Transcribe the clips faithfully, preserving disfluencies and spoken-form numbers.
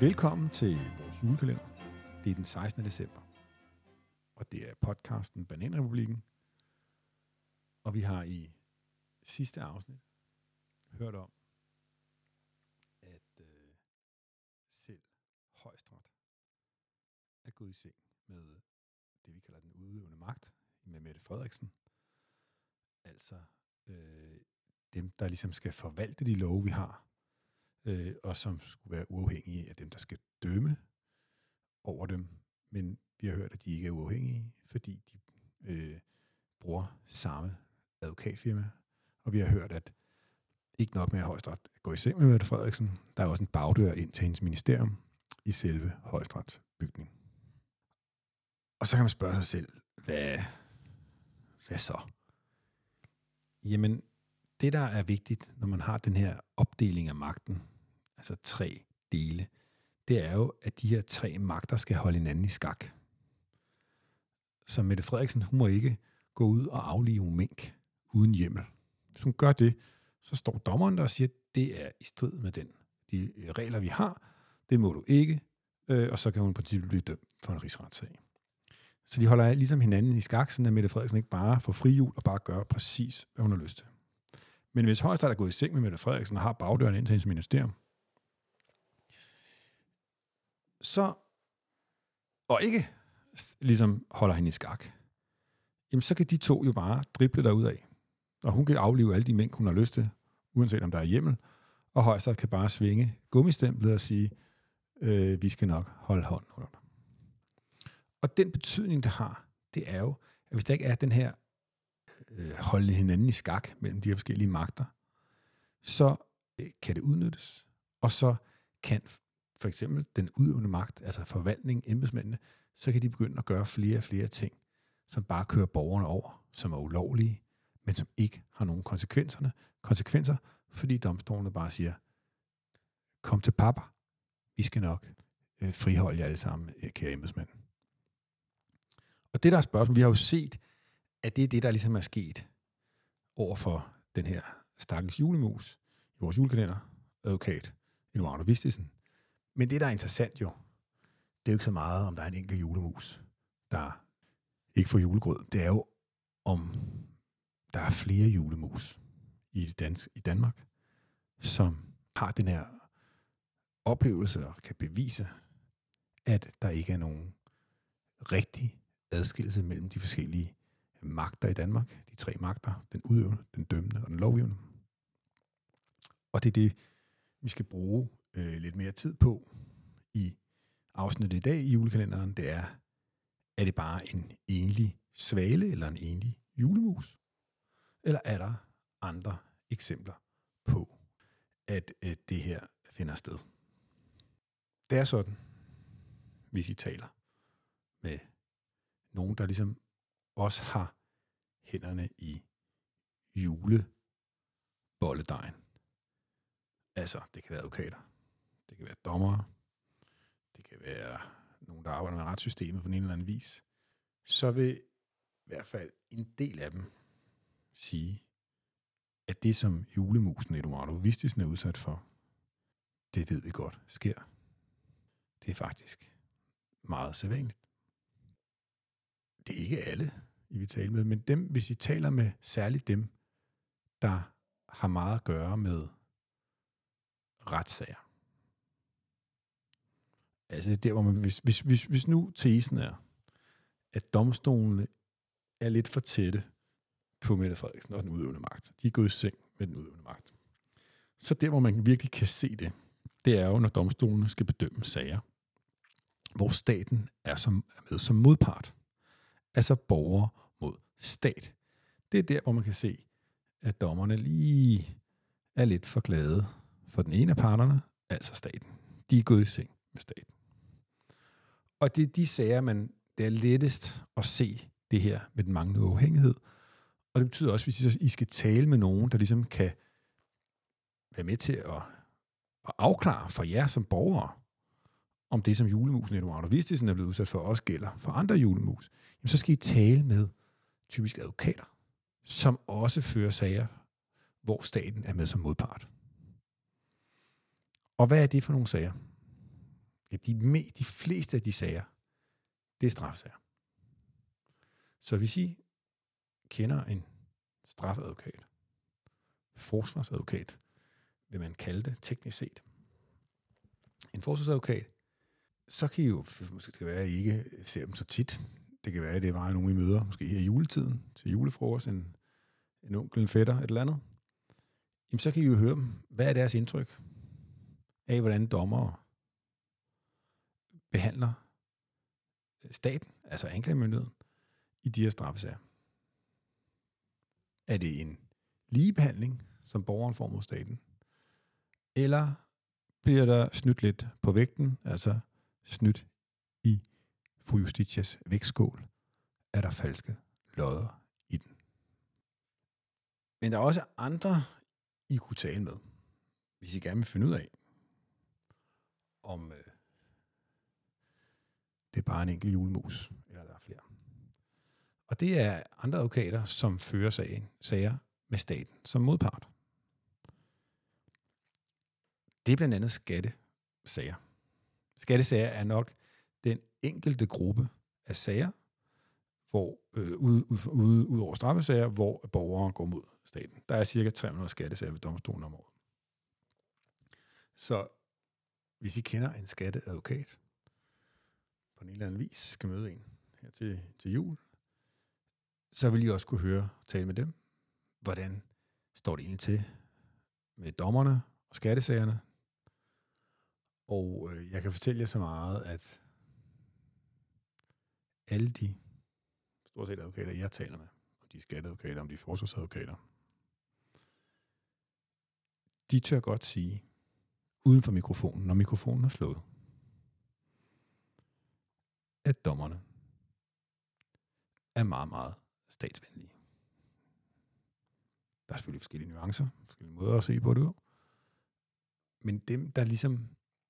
Velkommen til vores julekalender. Det er den sekstende december, og det er podcasten Bananrepublikken. Og vi har i sidste afsnit hørt om, at øh, selv Højesteret er gået i seng med det, vi kalder den udøvende magt, med Mette Frederiksen. Altså øh, dem, der ligesom skal forvalte de love, vi har, øh, og som skulle være uafhængige af dem, der skal dømme over dem. Men vi har hørt, at de ikke er uafhængige, fordi de øh, bruger samme advokatfirma. Og vi har hørt, at ikke nok med at Højesteret går i seng med Mette Frederiksen, der er også en bagdør ind til hendes ministerium i selve Højesterets bygning. Og så kan man spørge sig selv, hvad, hvad så? Jamen, det der er vigtigt, når man har den her opdeling af magten, altså tre dele, det er jo, at de her tre magter skal holde hinanden i skak. Så Mette Frederiksen, hun må ikke gå ud og aflive mink uden hjemmel. Hvis hun gør det, så står dommeren der og siger, at det er i strid med den. De regler, vi har, det må du ikke, øh, og så kan hun i princippet blive dømt for en rigsretssag. Så de holder ligesom hinanden i skak, så at Mette Frederiksen ikke bare får frihjul og bare gør præcis, hvad hun har lyst til. Men hvis Højesteret er gået i seng med Mette Frederiksen og har bagdøren ind til hendes ministerium, så, og ikke ligesom holder hende i skak, jamen så kan de to jo bare drible derudad. Og hun kan aflive alle de mink, hun har lyst til, uanset om der er hjemmel, og Højesteret kan bare svinge gummistemplet og sige, øh, vi skal nok holde hånden under dig. Og den betydning, det har, det er jo, at hvis der ikke er den her øh, holde hinanden i skak mellem de her forskellige magter, så øh, kan det udnyttes, og så kan for eksempel den udøvende magt, altså forvaltning, embedsmændene, så kan de begynde at gøre flere og flere ting, som bare kører borgerne over, som er ulovlige, men som ikke har nogen konsekvenserne, konsekvenser, fordi domstolene bare siger, kom til papa, vi skal nok øh, friholde jer alle sammen, øh, kære embedsmænd. Og det der er spørgsmålet, vi har jo set, at det er det, der ligesom er sket over for den her stakkels julemus i vores julekalender, advokat Eduardo Vistisen. Men det, der er interessant jo, det er jo ikke så meget, om der er en enkelt julemus, der ikke får julegrød. Det er jo, om der er flere julemus i, dans, i Danmark, som har den her oplevelse og kan bevise, at der ikke er nogen rigtig adskillelse mellem de forskellige magter i Danmark. De tre magter, den udøvende, den dømmende og den lovgivende. Og det er det, vi skal bruge øh, lidt mere tid på i afsnittet i dag i julekalenderen. Det er, er det bare en enlig svale eller en enlig julemus? Eller er der andre eksempler på, at øh, det her finder sted? Det er sådan, hvis I taler med nogen, der ligesom også har hænderne i julebolledejen. Altså, det kan være advokater, det kan være dommere, det kan være nogen, der arbejder med retssystemet på en eller anden vis. Så vil i hvert fald en del af dem sige, at det, som julemusen Eduardo Vistisen er udsat for, det ved vi godt sker. Det er faktisk meget sædvanligt. Det er ikke alle, I vil tale med, men dem, hvis I taler med særligt dem, der har meget at gøre med retssager. Altså der, hvor man, hvis, hvis, hvis, hvis nu tesen er, at domstolene er lidt for tætte på Mette Frederiksen og den udøvende magt. De er gået i seng med den udøvende magt. Så der, hvor man virkelig kan se det, det er jo, når domstolene skal bedømme sager, hvor staten er, som, er med som modpart. Altså borger mod stat. Det er der, hvor man kan se, at dommerne lige er lidt for glade for den ene af parterne, altså staten. De er gået i seng med staten. Og det er de sager, man, det er lettest at se det her med den manglende uafhængighed. Og det betyder også, hvis I skal tale med nogen, der ligesom kan være med til at, at afklare for jer som borgere, om det, som julemusen Eduardo Vistisen er blevet udsat for, også gælder for andre julemus, jamen så skal I tale med typisk advokater, som også fører sager, hvor staten er med som modpart. Og hvad er det for nogle sager? de, me, de fleste af de sager, det er straffesager. Så hvis I kender en strafadvokat, forsvarsadvokat, vil man kalde det teknisk set, en forsvarsadvokat, så kan I jo, måske det kan være, at I ikke ser dem så tit. Det kan være, at det er bare nogen, I møder, måske her i juletiden, til julefrokost, en, en onkel, en fætter, et eller andet. Jamen, så kan I jo høre dem. Hvad er deres indtryk af, hvordan dommere behandler staten, altså anklagemyndigheden, i de her straffesager? Er det en ligebehandling, som borgeren får mod staten? Eller bliver der snydt lidt på vægten, altså snydt i fru Justitias vægtskål? Er der falske lodder i den? Men der er også andre, I kunne tale med, hvis I gerne vil finde ud af, om øh, det er bare en enkelt julemus, eller der er flere. Og det er andre advokater, som fører sagen, sager med staten som modpart. Det er blandt andet skattesager. Skattesager er nok den enkelte gruppe af sager, hvor øh, ud, ud, ud, ud over straffesager, hvor borgere går mod staten. Der er cirka tre hundrede skattesager ved domstolen om året. Så hvis I kender en skatteadvokat, på en eller anden vis skal møde en her til, til jul, så vil I også kunne høre, tale med dem, hvordan står det egentlig til med dommerne og skattesagerne. Og øh, jeg kan fortælle jer så meget, at alle de stort set advokater, jeg taler med, om de skatteadvokater, om de forsvarsadvokater, de tør godt sige, uden for mikrofonen, når mikrofonen er slået, at dommerne er meget, meget statsvenlige. Der er selvfølgelig forskellige nuancer, forskellige måder at se på det. Men dem, der ligesom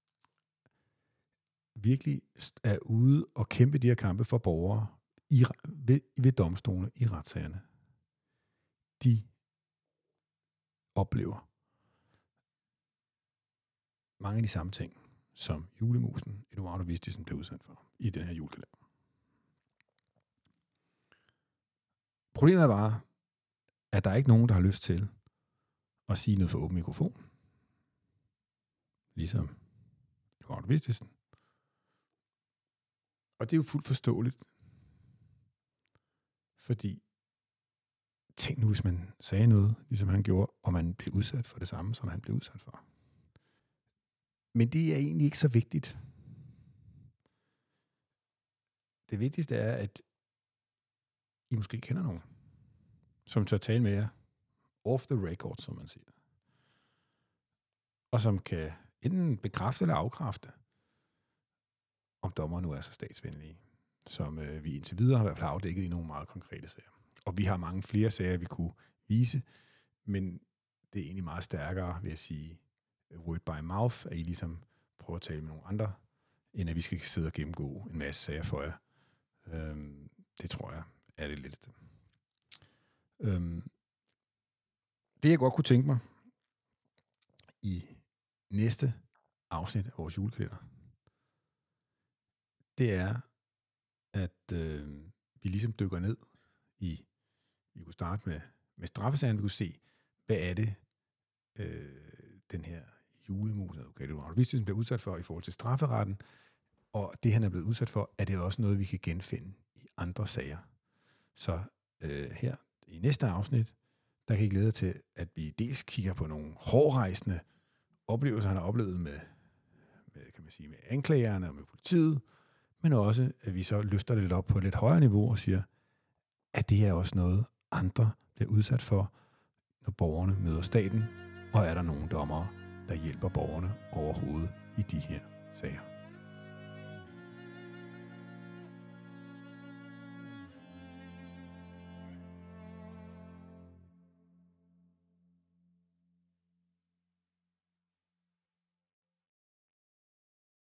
virkelig er ude og kæmpe de her kampe for borgere i, ved, ved domstolene i retssagerne, de oplever mange af de samme ting, som julemusen Eduardo Vistisen blev udsat for i den her julekalender. Problemet er bare, at der er ikke nogen, der har lyst til at sige noget for åben mikrofon. Ligesom Eduardo Vistisen. Og det er jo fuldt forståeligt. Fordi, tænk nu, hvis man sagde noget, ligesom han gjorde, og man blev udsat for det samme, som han blev udsat for. Men det er egentlig ikke så vigtigt. Det vigtigste er, at I måske kender nogen, som tør tale med jer off the record, som man siger. Og som kan enten bekræfte eller afkræfte, om dommer nu er så statsvenlige, som øh, vi indtil videre har i hvert fald afdækket i nogle meget konkrete sager. Og vi har mange flere sager, vi kunne vise, men det er egentlig meget stærkere, vil jeg sige, word by mouth, at I ligesom prøver at tale med nogle andre, end at vi skal sidde og gennemgå en masse sager for jer. Øhm, det tror jeg er det letteste. Øhm, det jeg godt kunne tænke mig i næste afsnit af vores julekalender, det er, at øh, vi ligesom dykker ned i, vi kunne starte med, med straffesagen, vi kunne se, hvad er det, øh, den her julemus, okay, det var Vistisen bliver udsat for i forhold til strafferetten, og det han er blevet udsat for, er det også noget, vi kan genfinde i andre sager. Så øh, her i næste afsnit, der kan I glæde jer til, at vi dels kigger på nogle hårdrejsende oplevelser, han har oplevet med, med, kan man sige, med anklagerne og med politiet, men også, at vi så løfter det lidt op på et lidt højere niveau og siger, at det er også noget, andre bliver udsat for, når borgerne møder staten, og er der nogle dommere, der hjælper borgerne overhovedet i de her sager.